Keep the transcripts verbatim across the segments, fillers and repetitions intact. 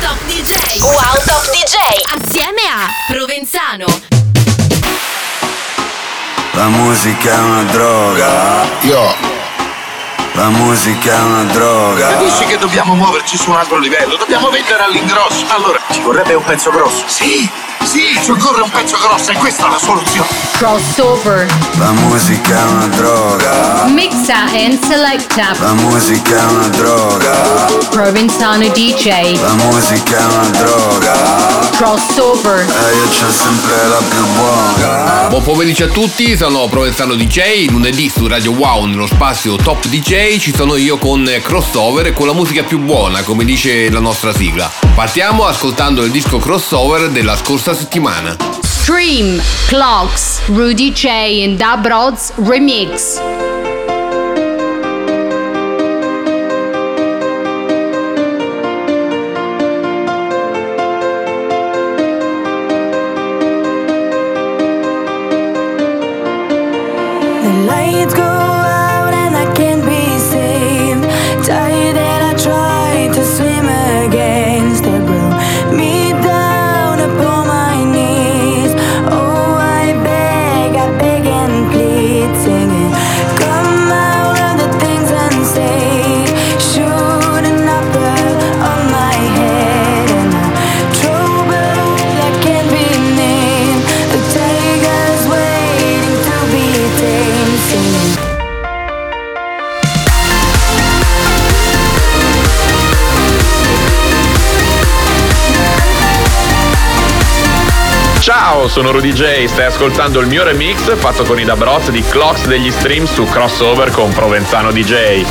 Top D J. Wow Top D J. Assieme a Provenzano. La musica è una droga. Io. La musica è una droga. Capisci che dobbiamo muoverci su un altro livello? Dobbiamo vendere all'ingrosso. Allora, ci vorrebbe un pezzo grosso. Sì, sì, ci occorre un pezzo grosso e questa è la soluzione. Crossover. La musica è una droga. Mixa and selecta. La musica è una droga. Provenzano D J. La musica è una droga. Crossover. E io c'ho sempre la più buona. Buon pomeriggio a tutti, sono Provenzano D J. Lunedì su Radio Wow nello spazio Top D J ci sono io con Crossover e con la musica più buona, come dice la nostra sigla. Partiamo ascoltando il disco Crossover della scorsa settimana. Stream, Clocks, Rudy J and Dub Rods Remix. Ciao, sono Rudy J, stai ascoltando il mio remix fatto con i Dub Rods di Clocks degli Stream su Crossover con Provenzano D J.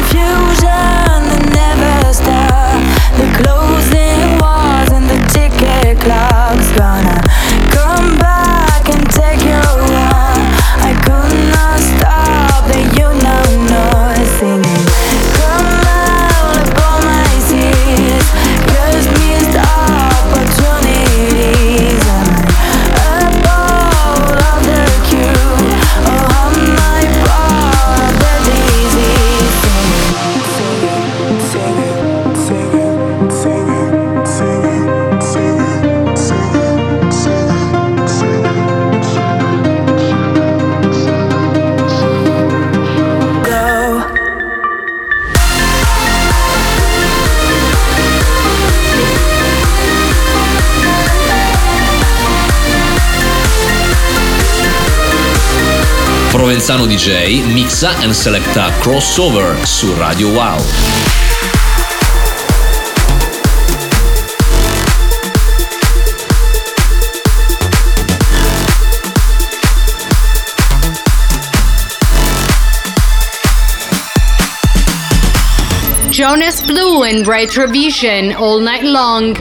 Provenzano D J mixa and selecta Crossover su Radio Wow. Jonas Blue and Retrovision all night long.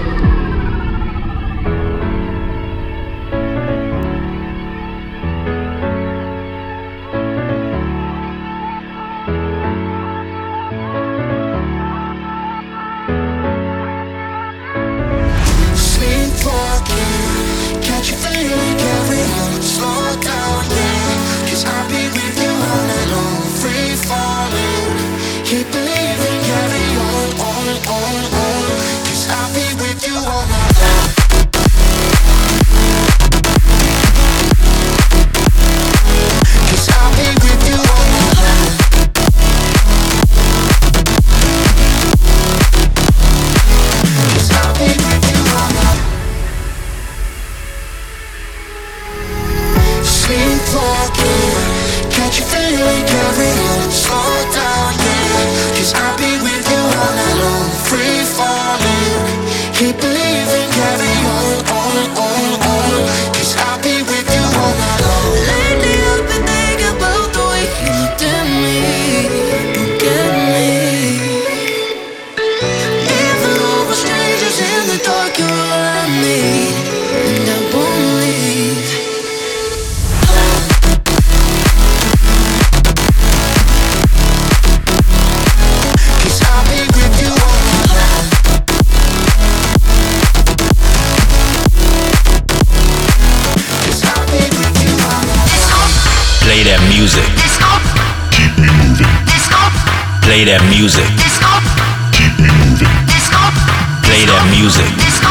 Play that music. Keep me moving. Play that music. Keep me moving. Play that music.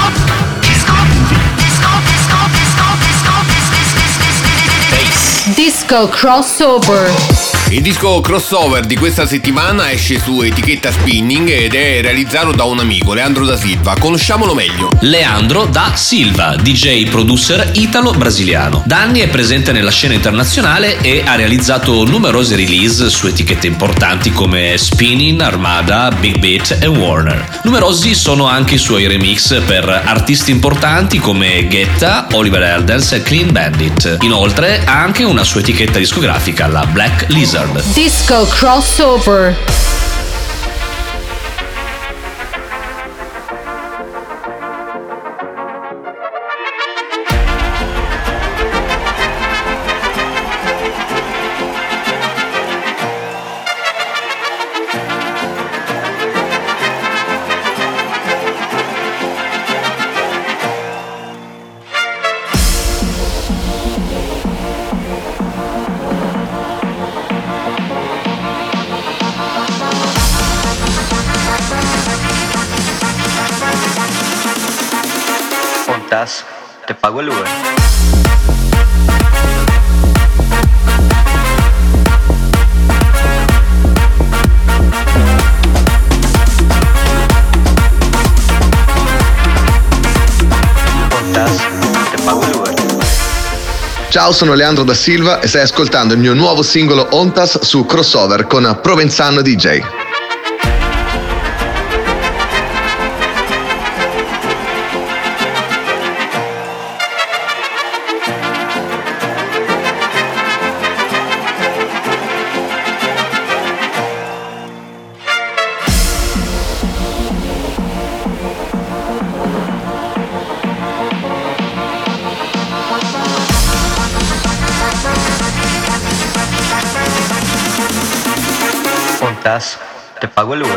Disco Crossover. Il disco crossover di questa settimana esce su etichetta Spinning ed è realizzato da un amico, Leandro da Silva. Conosciamolo meglio. Leandro da Silva, D J producer italo-brasiliano. Da anni è presente nella scena internazionale e ha realizzato numerose release su etichette importanti come Spinning, Armada, Big Beat e Warner. Numerosi sono anche i suoi remix per artisti importanti come Guetta, Oliver Heldens e Clean Bandit. Inoltre ha anche una sua etichetta discografica, la Black Lizard. Disco Crossover. Te pago el Uber. Te pago el Uber. Ciao, sono Leandro da Silva e stai ascoltando il mio nuovo singolo Ontas su Crossover con Provenzano D J. Te pago el Uber.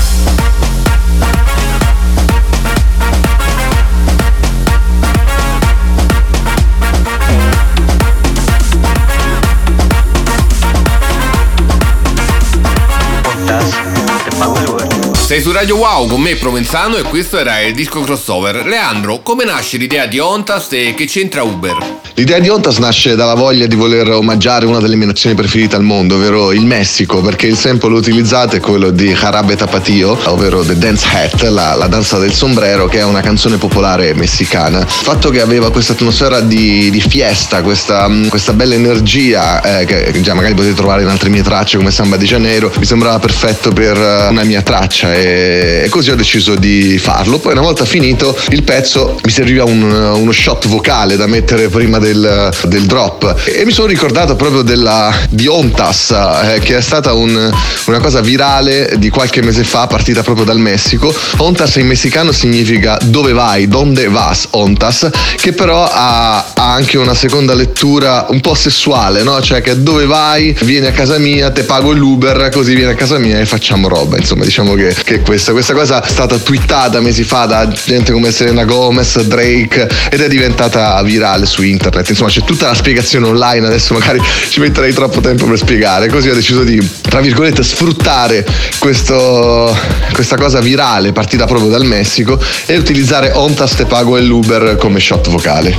Te pago el Uber. Sei su Radio Wow con me Provenzano e questo era il disco crossover. Leandro, come nasce l'idea di Ontas e che c'entra Uber? L'idea di Ontas nasce dalla voglia di voler omaggiare una delle mie nazioni preferite al mondo, ovvero il Messico, perché il sample utilizzato è quello di Jarabe Tapatío, ovvero The Dance Hat, la, la danza del sombrero, che è una canzone popolare messicana. Il fatto che aveva questa atmosfera di, di fiesta, questa, questa bella energia eh, che già magari potete trovare in altre mie tracce come Samba di Janeiro, mi sembrava perfetto per una mia traccia e, e così ho deciso di farlo. Poi una volta finito il pezzo mi serviva un, uno shot vocale da mettere prima del Del, del drop e mi sono ricordato proprio della di Ontas eh, che è stata un, una cosa virale di qualche mese fa, partita proprio dal Messico. Ontas in messicano significa dove vai, donde vas, Ontas, che però ha, ha anche una seconda lettura un po' sessuale, no? Cioè che dove vai, vieni a casa mia, te pago l'Uber, così vieni a casa mia e facciamo roba. Insomma, diciamo che, che questa, questa cosa è stata twittata mesi fa da gente come Selena Gomez, Drake ed è diventata virale su internet. Insomma, c'è tutta la spiegazione online, adesso magari ci metterei troppo tempo per spiegare, così ho deciso di, tra virgolette, sfruttare questo, questa cosa virale partita proprio dal Messico e utilizzare Ontas, te pago e l'Uber come shot vocale.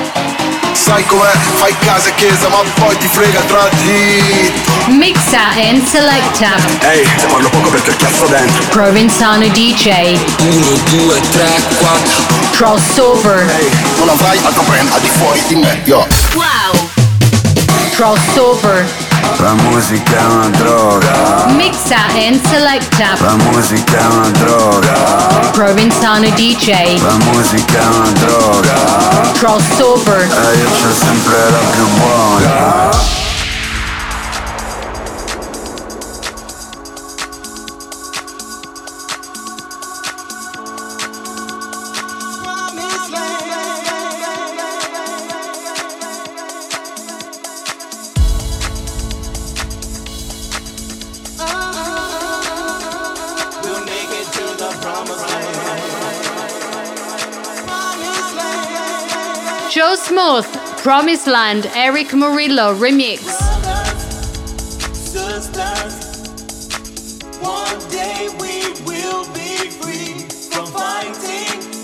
Sai com'è, fai casa e chiesa ma poi ti frega il tragitto. Mixa and selecta. Ehi, te parlo poco perché ho chiasso dentro. Provenzano D J. Uno, due, tre, quattro. Crossover. Ehi, non avrai altro brand al di fuori di me, yo. Wow. Crossover. La musica è una droga. Mixa and selecta. La musica è una droga. Provenzano D J. La musica è una droga. Crossover. E io c'ho sempre la più buona. Joe Smooth, Promised Land, Eric Murillo remix. Sisters, one day we will be free from fighting.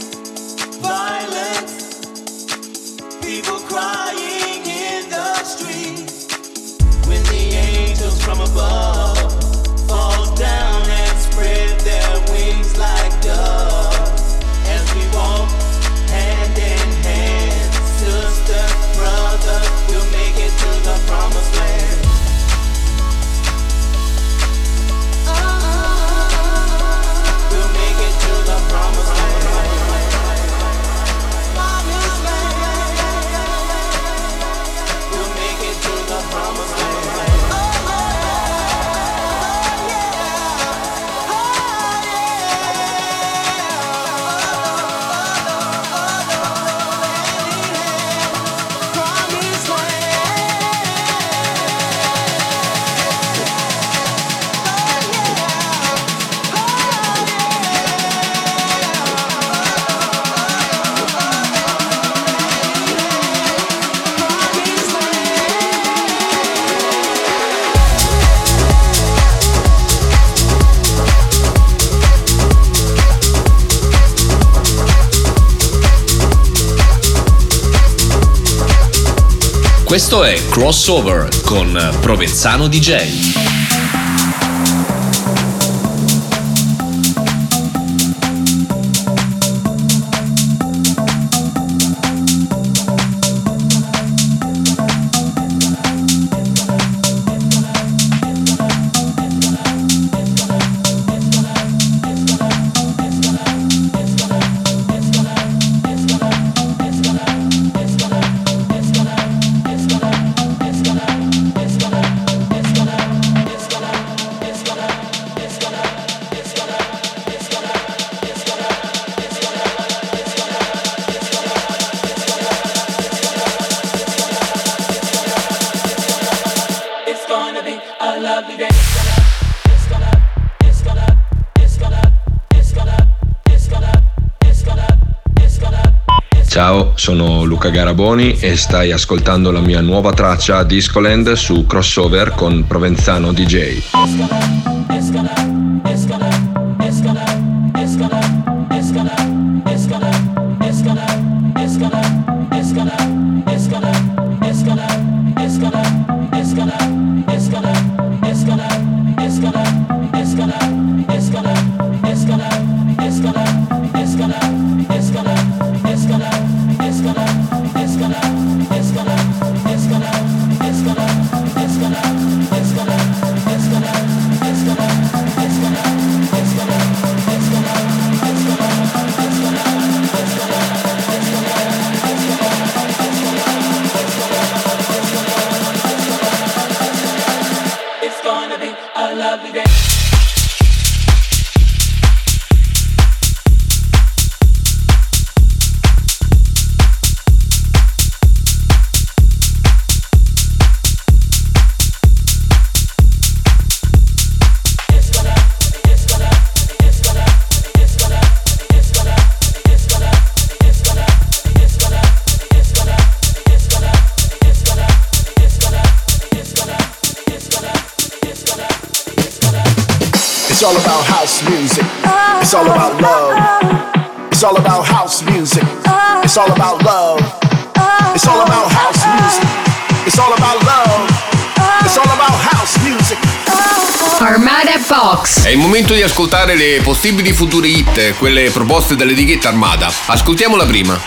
from above fall down and spread their wings like doves as we walk hand in hand. Sister, brother, we'll make it to the promised land. We'll make it to the promised land. Promised land. We'll make it to the promised land. Questo è Crossover con Provenzano D J. Ciao, sono Luca Garaboni e stai ascoltando la mia nuova traccia Discoland su Crossover con Provenzano D J. It's all about house music. It's all about love. It's all about house music. It's all about love. It's all about house music. It's all about love. It's all about house music. Armada Box. È il momento di ascoltare le possibili future hit, quelle proposte dall'etichetta Armada. Ascoltiamola prima.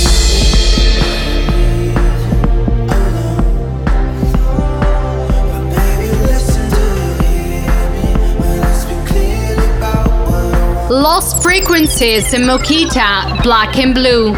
Lost Frequencies in Moquita, Black and Blue.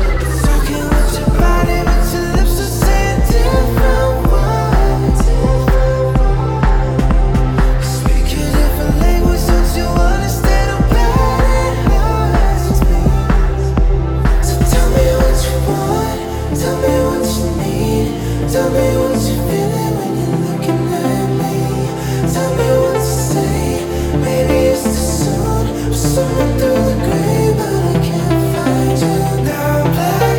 Someone through the grave, but I can't find you now.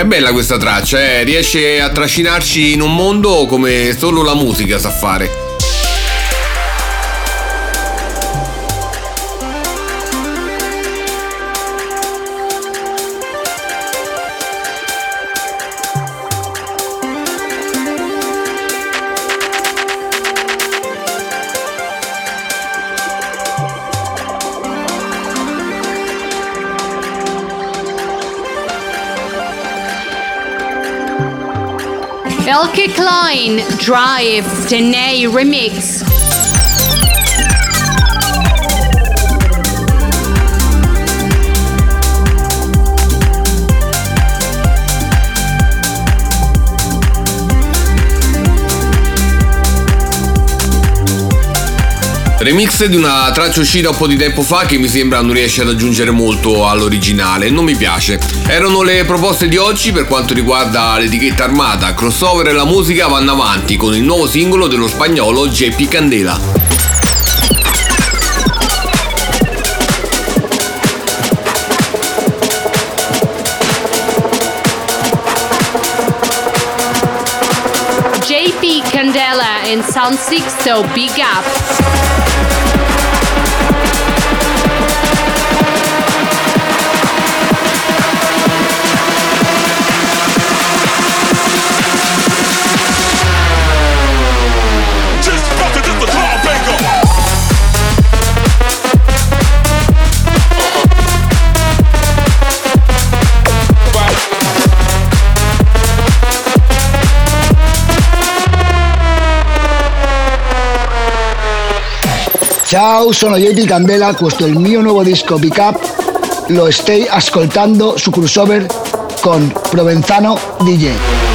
bella questa traccia, eh? Riesce a trascinarci in un mondo come solo la musica sa fare. Elke Klein, Drive, Dene Remix. Remix di una traccia uscita un po' di tempo fa che mi sembra non riesce ad aggiungere molto all'originale, non mi piace. Erano le proposte di oggi per quanto riguarda l'etichetta Armada. Crossover e la musica vanno avanti con il nuovo singolo dello spagnolo J P Candela. J P Candela and Sound Sixto, Big Up. Ciao, sono J P Candela, questo è il mio nuovo disco Pick Up, lo stai ascoltando su Crossover con Provenzano D J.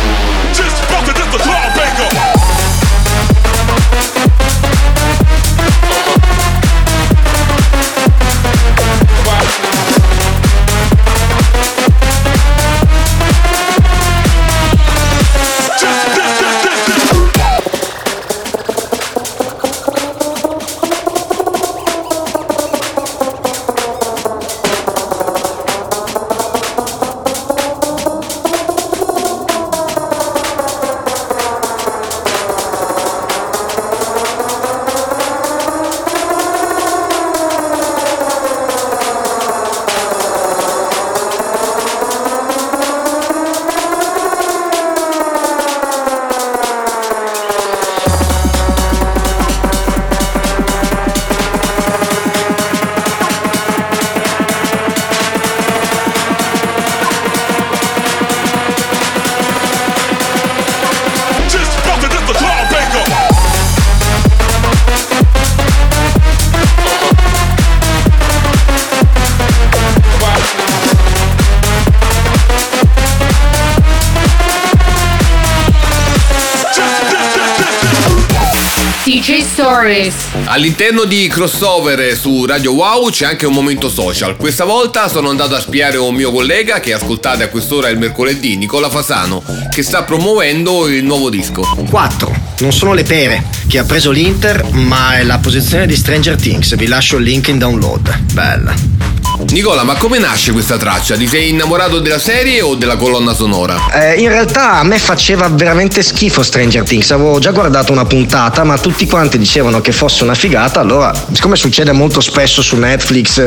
D J Stories. All'interno di Crossover su Radio Wow c'è anche un momento social. Questa volta sono andato a spiare un mio collega che ascoltate a quest'ora il mercoledì, Nicola Fasano, che sta promuovendo il nuovo disco. quattro. Non sono le pere che ha preso l'Inter, ma è la posizione di Stranger Things. Vi lascio il link in download. Bella. Nicola, ma come nasce questa traccia? Ti sei innamorato della serie o della colonna sonora? Eh, in realtà a me faceva veramente schifo Stranger Things. Avevo già guardato una puntata, ma tutti quanti dicevano che fosse una figata. Allora, siccome succede molto spesso su Netflix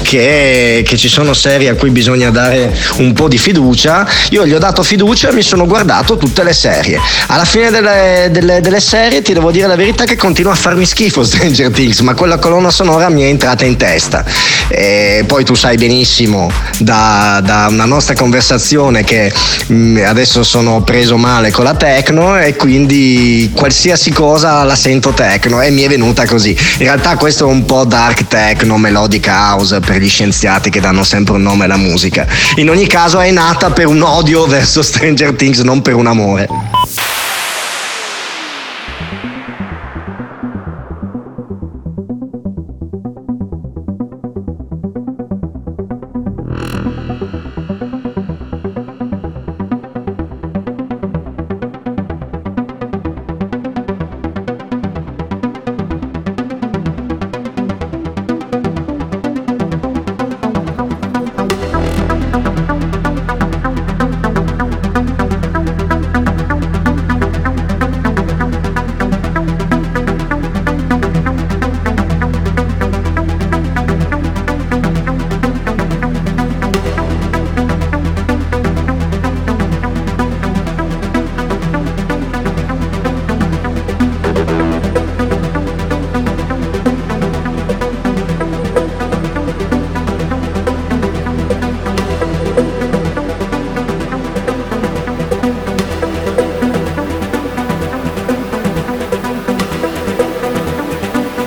che, che ci sono serie a cui bisogna dare un po' di fiducia, io gli ho dato fiducia e mi sono guardato tutte le serie. Alla fine delle, delle, delle serie ti devo dire la verità che continua a farmi schifo Stranger Things, ma quella colonna sonora mi è entrata in testa. E poi tu sai benissimo da, da una nostra conversazione che mh, adesso sono preso male con la techno e quindi qualsiasi cosa la sento techno e mi è venuta così. In realtà questo è un po' dark techno, melodic house per gli scienziati che danno sempre un nome alla musica. In ogni caso è nata per un odio verso Stranger Things, non per un amore.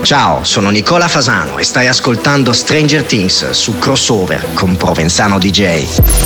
Ciao, sono Nicola Fasano e stai ascoltando Stranger Things su Crossover con Provenzano D J.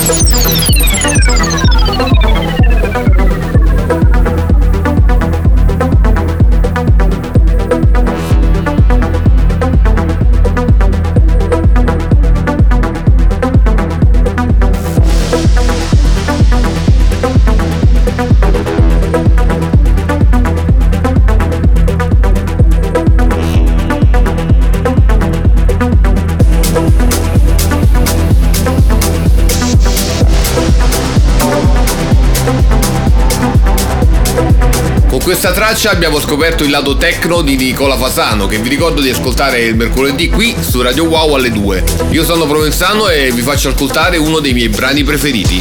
Con questa traccia abbiamo scoperto il lato techno di Nicola Fasano, che vi ricordo di ascoltare il mercoledì qui su Radio Wow alle due. Io sono Provenzano e vi faccio ascoltare uno dei miei brani preferiti.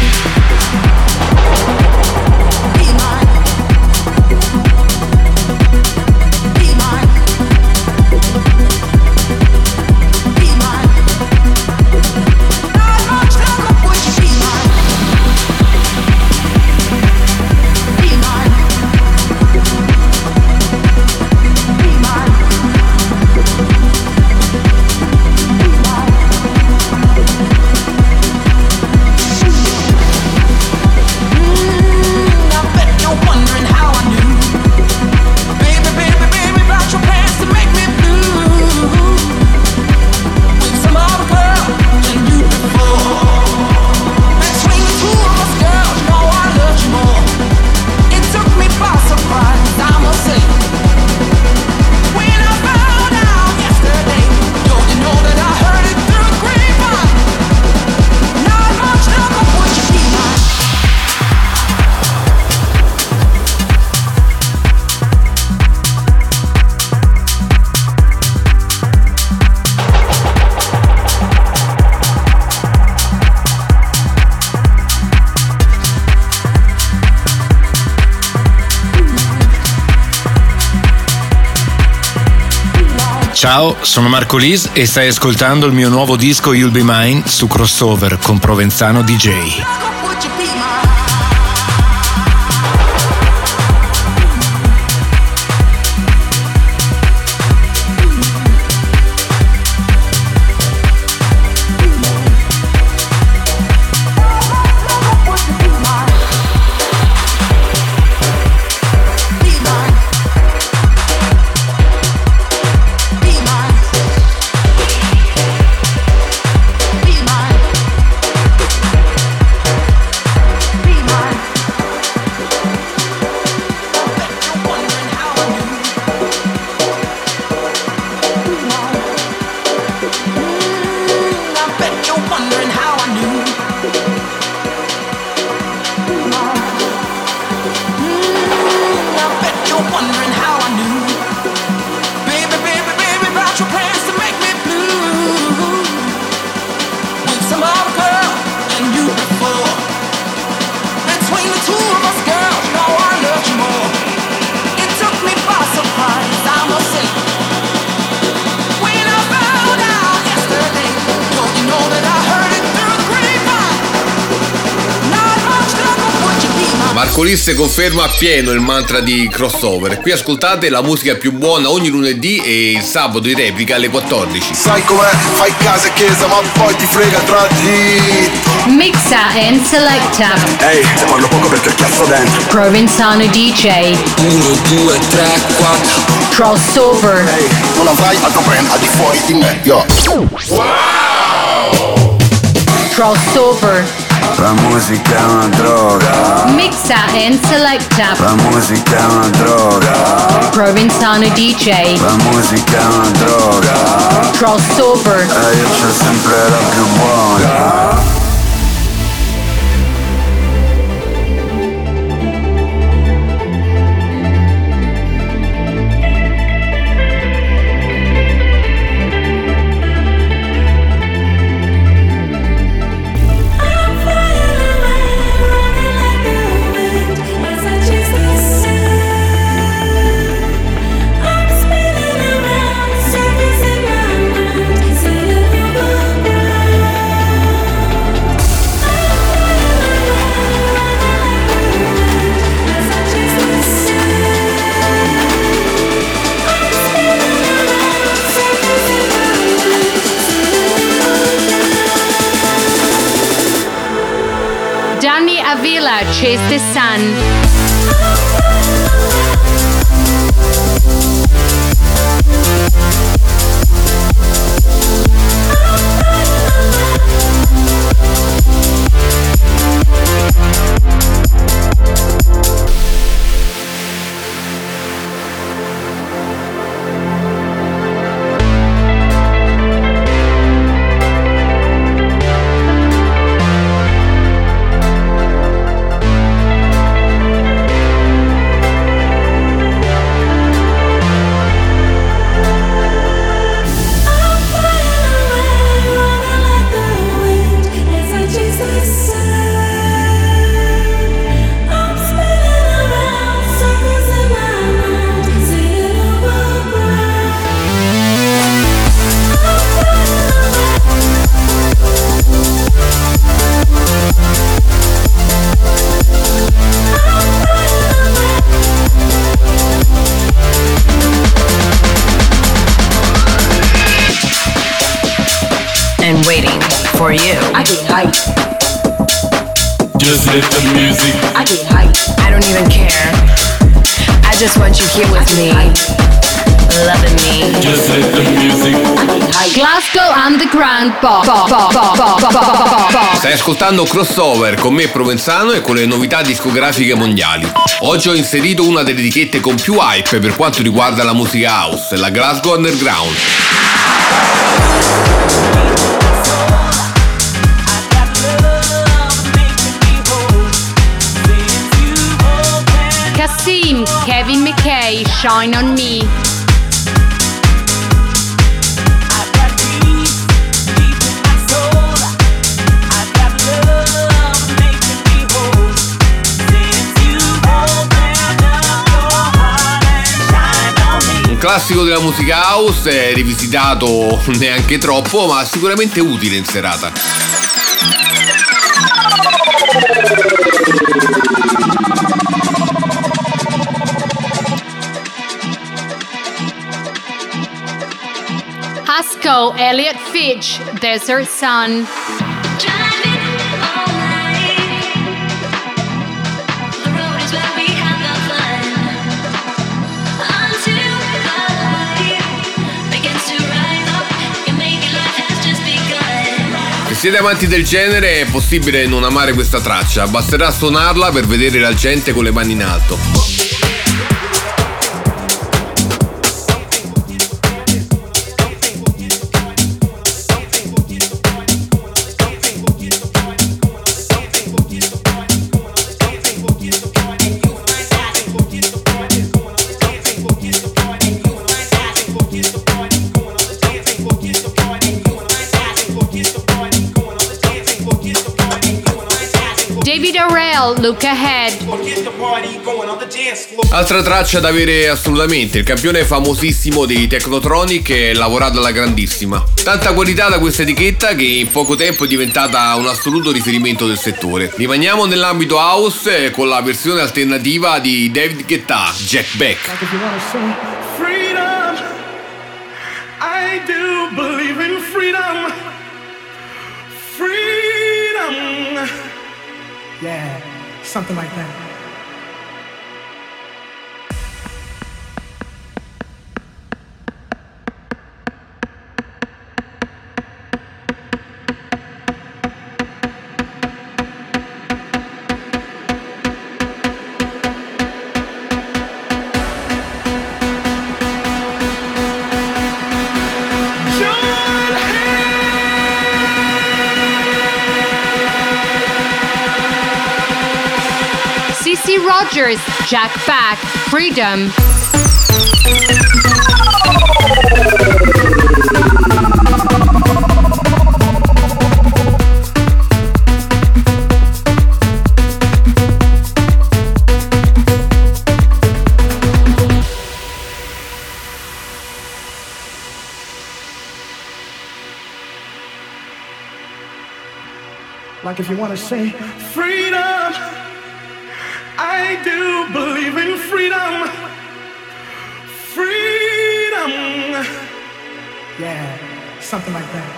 Ciao, sono Marco Lis e stai ascoltando il mio nuovo disco You'll Be Mine su Crossover con Provenzano D J. Marcolis conferma appieno il mantra di Crossover. Qui ascoltate la musica più buona ogni lunedì e il sabato in replica alle quattordici. Sai com'è? Fai casa e chiesa ma poi ti frega tra di. Mixa and selecta. Ehi, hey, se parlo poco perché cazzo dentro. Provenzano D J. uno, due, tre, quattro. Crossover. Ehi, hey, non avrai altro brand al di fuori di me. Yo. Wow! Crossover. La musica è una droga. Mixa and selecta. La musica è una droga. Provenzano D J. La musica è una droga. Crossover. E io c'ho sempre la più buona. Villa, Chase the Sun. And waiting for you. I get hype. Just let the music. I get hype. I don't even care. I just want you here with me. Loving me. Just let the music. Glasgow Underground Pop. Stai ascoltando Crossover con me Provenzano e con le novità discografiche mondiali. Oggi ho inserito una delle etichette con più hype per quanto riguarda la musica house, la Glasgow Underground. Kassim, Kevin McKay, Shine on Me. Un classico della musica house, è rivisitato neanche troppo, ma sicuramente utile in serata. Hasco, Elliot Fitch, Desert Sun. Se siete amanti del genere è possibile non amare questa traccia, basterà suonarla per vedere la gente con le mani in alto. David Orrell, Look Ahead. Altra traccia da avere assolutamente, il campione famosissimo dei Technotronic è lavorato alla grandissima. Tanta qualità da questa etichetta che in poco tempo è diventata un assoluto riferimento del settore. Rimaniamo nell'ambito house con la versione alternativa di David Guetta, Jack Beck. Freedom, I do believe in freedom. Freedom. Yeah, something like that. C C Rogers, Jack Back, Freedom. Like if you want to say freedom, I do believe in freedom. Freedom. Yeah, something like that.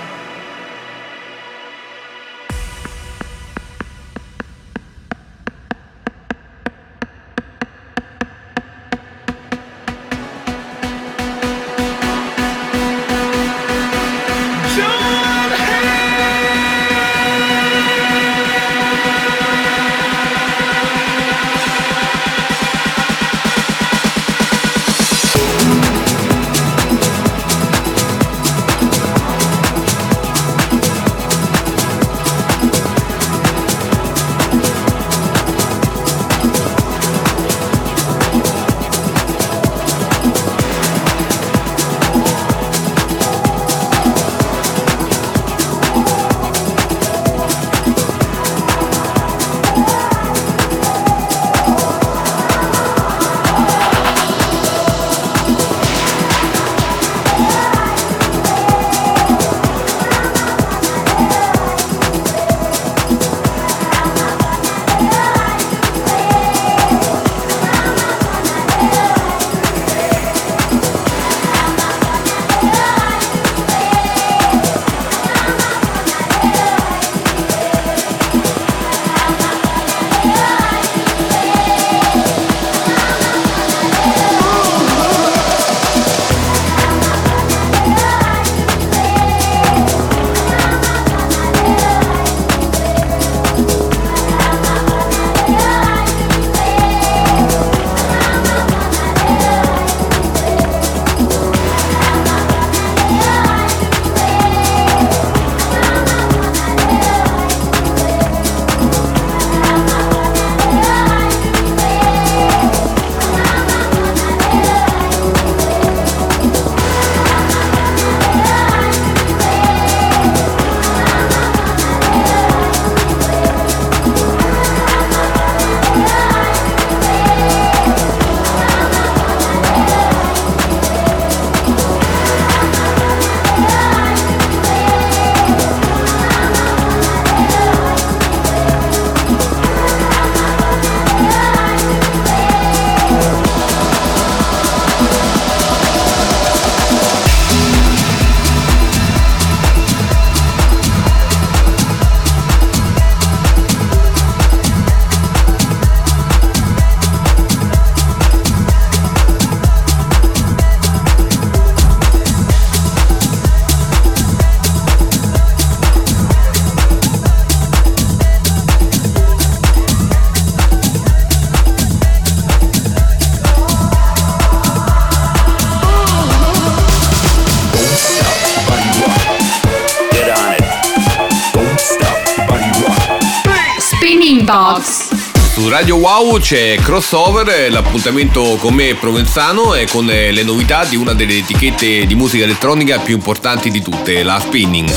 Box. Su Radio Wow c'è Crossover, l'appuntamento con me Provenzano e con le novità di una delle etichette di musica elettronica più importanti di tutte, la Spinnin'.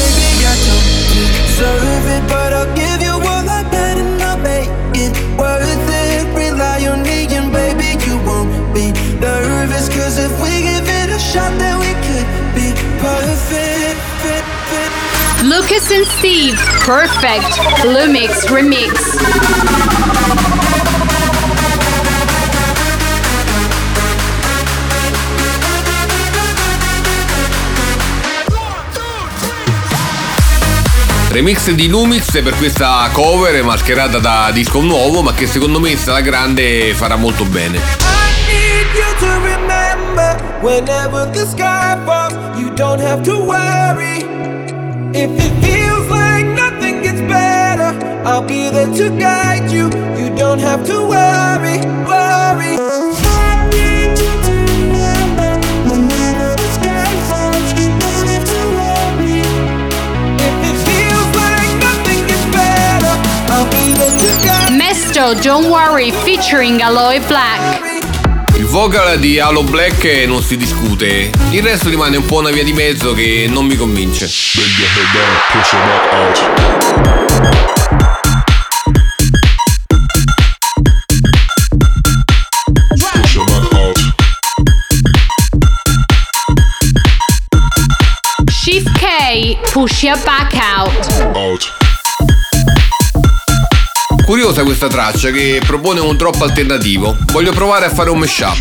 Lucas and Steve, Perfect, Blue Mix Remix. Remix di Lumix per questa cover mascherata da disco nuovo, ma che secondo me sta alla grande farà molto bene. Whenever the sky falls, you don't have to worry. If it feels like nothing gets better, I'll be there to guide you. You don't have to worry, worry. I need you to remember, whenever the sky falls, you don't have to worry. If it feels like nothing gets better, I'll be there to guide you. Mesto, Don't Worry, featuring Aloe Black. Il vocal di Aloe Black non si discute, il resto rimane un po' una via di mezzo che non mi convince. Shift K, Push Your Back Out. Curiosa questa traccia che propone un drop alternativo. Voglio provare a fare un mashup.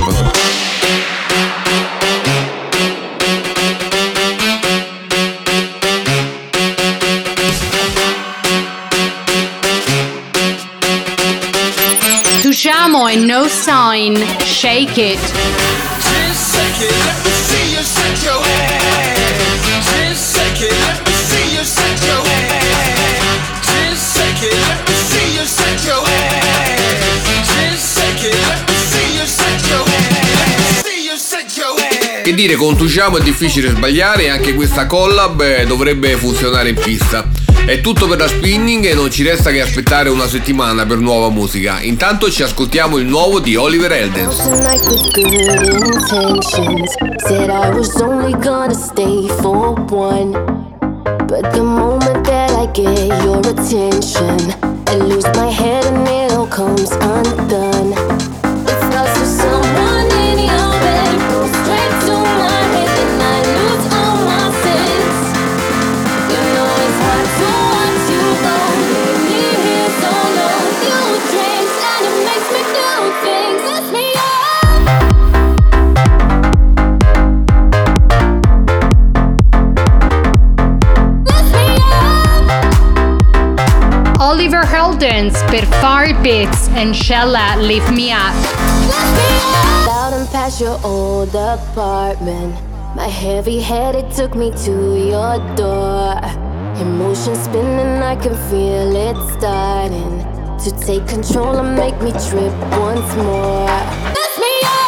Dujamo e No Sign, Shake It. Just shake it, let me see you shake your ass. Just shake it, let me see you shake your ass. Just shake it, let me see you shake your ass. Just shake it, let me see you shake your ass. See you shake your ass. Che dire, con Dujamo è difficile sbagliare e anche questa collab eh, dovrebbe funzionare in pista. È tutto per la Spinnin' e non ci resta che aspettare una settimana per nuova musica. Intanto ci ascoltiamo il nuovo di Oliver Heldens. Tonight with good intentions, said I was only gonna stay for one, but the moment that I get your attention, I lose my head and it all comes undone. It's not for someone in your bed, go straight to my head and I lose all my sense. You know it's hard to watch you go, leave me here so long. You change and it makes me do things, lift me up. Oliver Heldens per Fire Beats and Shella, Lift Me Up. Out and past your old apartment, my heavy head, it took me to your door. Emotions spinning, I can feel it starting to take control and make me trip once more. Lift me up.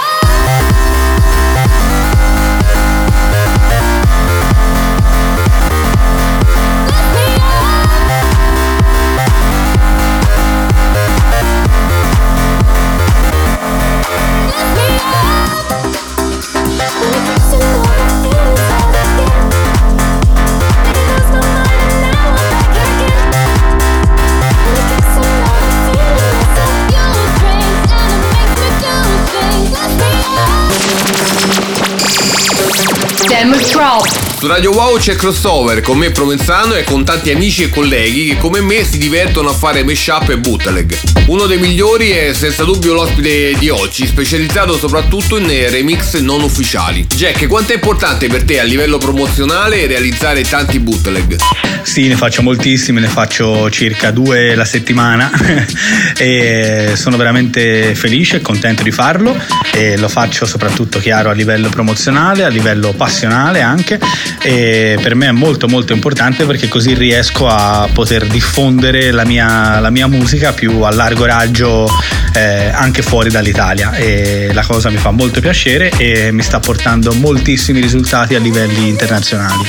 Demo Drop. Su Radio Wow c'è Crossover con me Provenzano e con tanti amici e colleghi che come me si divertono a fare mashup e bootleg. Uno dei migliori è senza dubbio l'ospite di oggi, specializzato soprattutto in remix non ufficiali. Jack, quanto è importante per te a livello promozionale realizzare tanti bootleg? Sì, ne faccio moltissimi, ne faccio circa due la settimana e sono veramente felice e contento di farlo, e lo faccio soprattutto, chiaro, a livello promozionale, a livello passionale anche, e per me è molto molto importante perché così riesco a poter diffondere la mia, la mia musica più a largo raggio eh, anche fuori dall'Italia, e la cosa mi fa molto piacere e mi sta portando moltissimi risultati a livelli internazionali.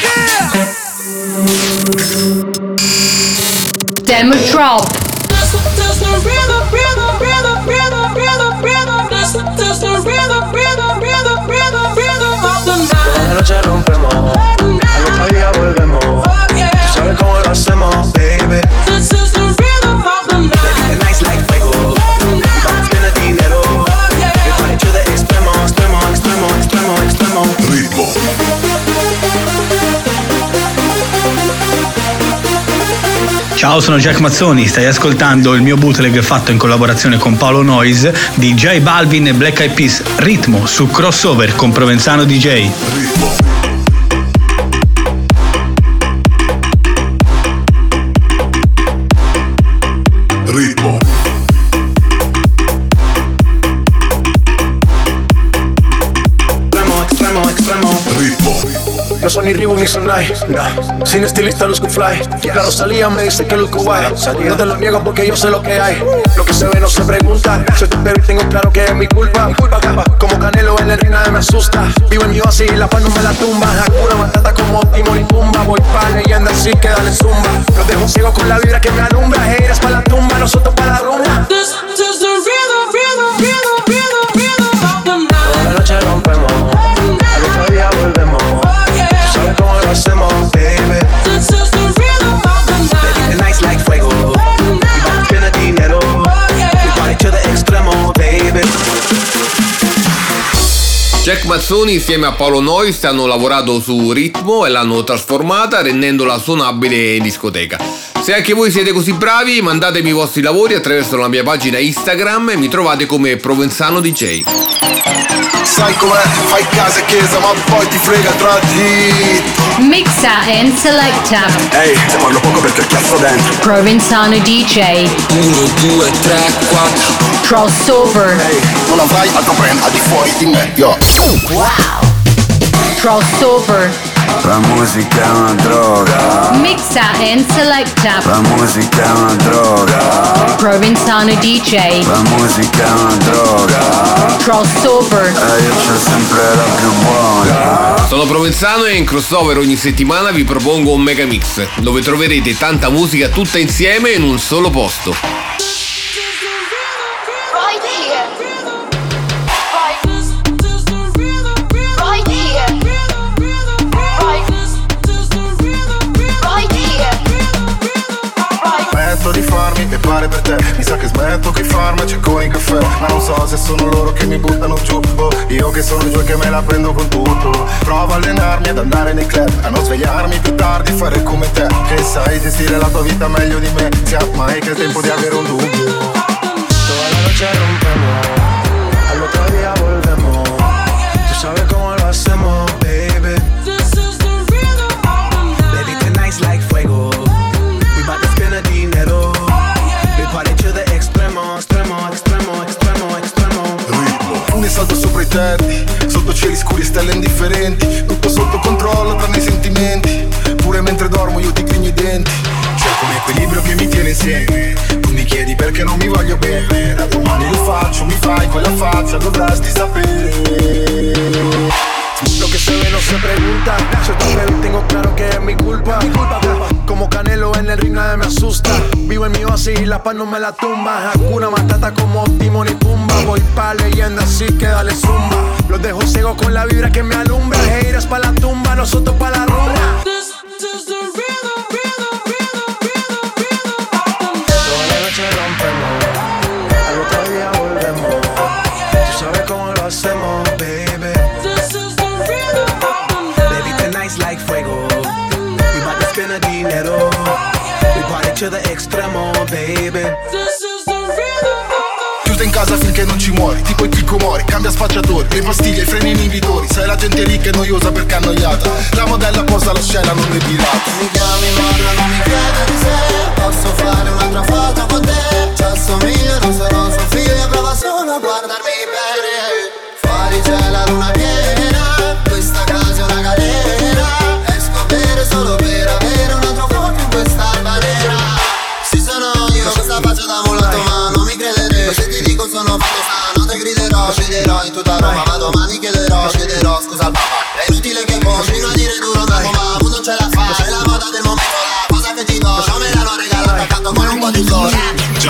Demo Drop. There's no la noche rompemos, al otro día volvemos. Tú sabes cómo lo hacemos, baby. This is the rhythm of the night. Baby, the night's like fuego. We bout to spend the dinero. We party to the extremo, extremo, extremo, extremo, extremo. Ritmo. Ciao, sono Jack Mazzoni, stai ascoltando il mio bootleg fatto in collaborazione con Paolo Noise di J Balvin e Black Eyed Peas, Ritmo, su Crossover con Provenzano D J. Ritmo. Ritmo. Extremo, extremo, extremo. Ritmo. No son ni Reebok ni Sonai, nah. Sin estilista luzco fly. La Rosalía me dice que luzco guay. No te lo niego porque yo sé lo que hay. Lo que se ve no se pregunta. Soy tu bebé y tengo claro que es mi culpa. Mi culpa, como Canelo en el ring nada me asusta. Vivo en mi así y la paz no me la tumba. Hakuna Matata como Timon y Pumba. Voy pa' leyenda así que dale zumba. Los dejo ciego con la vibra que me alumbra. Heiras pa' la tumba, nosotros pa' la rumba. This is the rhythm, rhythm, rhythm, rhythm, rhythm of the night. Toda la noche rompemos, al otro día volvemos. ¿Sabes cómo lo hacemos, baby? This is the rhythm of the night. Baby, the night's like fuego. We bout to spend the dinero. We party to the extremo, baby. Jack Mazzoni insieme a Paolo Noise hanno lavorato su Ritmo e l'hanno trasformata rendendola suonabile in discoteca. Se anche voi siete così bravi, mandatemi i vostri lavori attraverso la mia pagina Instagram e mi trovate come Provenzano D J. Sai com'è, fai casa e chiesa ma poi ti frega tra di. Mixa and selecta. Ehi, te parlo poco perché cazzo dentro. Provenzano D J. Uno, due, tre, quattro. Crossover. Ehi, non avrai altro brand al di fuori di me, yo. Wow. Crossover. La musica è una droga. Mixa and selecta. La musica è una droga. Provenzano D J. La musica è una droga. Crossover. E io c'ho sempre la più buona. Sono Provenzano e in Crossover ogni settimana vi propongo un mega mix dove troverete tanta musica tutta insieme in un solo posto. Right here. Right. Right here. Right. Right here. Right. Smetto di farmi e pare per te. Mi sa che smetto coi farmaci e con i caffè. Ma non so se sono loro che mi buttano giù oh, io che sono giù e che me la prendo con tutto. Provo a allenarmi ad andare nei club, a non svegliarmi più tardi, fare come te, che sai gestire la tua vita meglio di me. Sia mai che è tempo di avere un dubbio. Toda la noche rompemos, al otro día volvemos. Tú sabes cómo lo hacemos, baby. This is the rhythm of the night. Baby, the night's like fuego. We bout to spend the dinero. We party to the extremo, extremo, extremo, extremo, extremo. Ne salto sopra i tetti, sotto cieli scuri e stelle indifferenti. Tutto sotto controllo tranne i sentimenti. Pure mentre dormo io ti grigno i denti. Cerco un equilibrio che mi tiene insieme. Tu mi chiedi perché non mi voglio bene. Da domani lo faccio, mi fai quella faccia, dovresti sapere. Lo que se ve no se pregunta. Soy tu bebé y tengo claro que es mi culpa. Mi culpa, como Canelo en el ring nada me asusta. Vivo en mi oasis y la paz no me la tumba. Hakuna Matata como Timon y Pumba. Voy pa' leyenda así que dale zumba. Los dejo ciego con la vibra que me alumbra. Heiras pa' la tumba, nosotros pa' la rumba. This is the rhythm, rhythm, rhythm, rhythm, rhythm of the night. Toda la noche rompemos, al otro día volvemos. Tú sabes cómo lo hacemos, baby. This is the rhythm of the night. Baby, the night's like fuego. We bout to spend the dinero. We party to the extremo, baby. This is the rhythm of Chiusa in casa finché non ci muori, tipo i chicomori, cambia spacciatori, le pastiglie, i freni inibitori. Sai la gente ricca e noiosa perché è annoiata. La modella posa la scena, non le pirata. Mi chiami Marra, non mi crede di sé. Posso fare un'altra foto con te. Ci assomiglio, non sono suo figlio. Prova solo a guardarmi bene. Fuori c'è la luna piena. Questa casa è una galera. Esco a bere solo per avere un altro fuoco in questa albanera. Sì, sono io, questa faccia da mulato, ma non mi crederei. Se ti dico sono fatto sta, non te griderò. Sceglierò in tutta Roma, ma domani chiederò. Chiederò scusa al papà. È inutile che continui a dire duro dopo, ma non ce la fa. È la moda del momento, la cosa che ti do. Ciò me l'hanno regalata accanto con un po' di flore.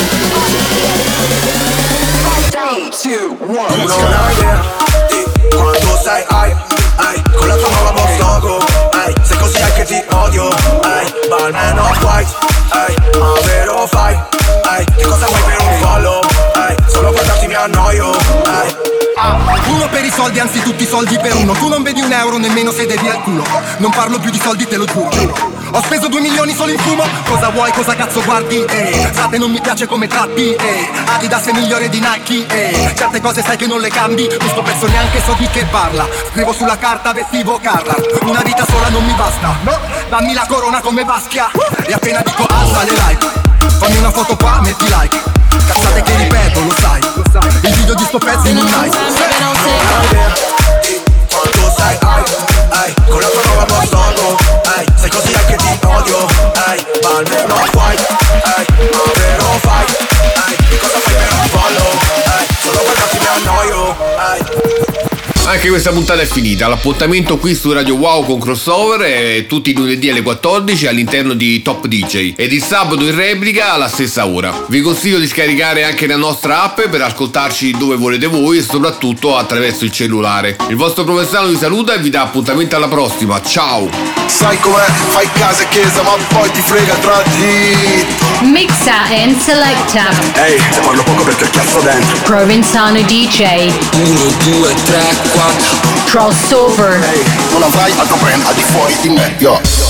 Non hai idea di quanto sei high, ai, con la tua nuova Mostogo, ai, sei così high che ti odio, ai, barman of white, ai, ma vero fai, ai, che cosa vuoi per un follow, ai, solo guardarti mi annoio, ai. Uno per i soldi, anzi tutti i soldi per uno. Tu non vedi un euro nemmeno se devi al culo. Non parlo più di soldi, te lo giuro. Ho speso due milioni solo in fumo. Cosa vuoi, cosa cazzo guardi? Eh, frate non mi piace come tratti. Eh, Adidas è migliore di Nike. Eh, certe cose sai che non le cambi. Questo pezzo neanche so di che parla. Scrivo sulla carta, vestivo Carla. Una vita sola non mi basta. No, dammi la corona come Baschia. E appena dico alza le like, fammi una foto qua, metti like. Cazzate che ripeto, lo sai. Il video di sto pezzo in un night. Quanto sai, ai, ai, con la tua nuova posto, ai, sei così anche ti odio, ai, ma almeno fai, ai, però fai, ai, di cosa fai per un follow, ai, solo guardarti mi annoio, ai. Anche questa puntata è finita, l'appuntamento qui su Radio Wow con Crossover è tutti i lunedì alle quattordici all'interno di Top D J ed il sabato in replica alla stessa ora. Vi consiglio di scaricare anche la nostra app per ascoltarci dove volete voi e soprattutto attraverso il cellulare. Il vostro Provenzano vi saluta e vi dà appuntamento alla prossima, ciao! Sai com'è, fai casa e chiesa ma poi ti frega tra di. Mixa and selecta. Ehi, hey, te parlo poco perché cazzo dentro. Provenzano D J. Uno, due, tre, quattro. Crossover. Ehi, hey, non avrai altro brand al di fuori di me, yo.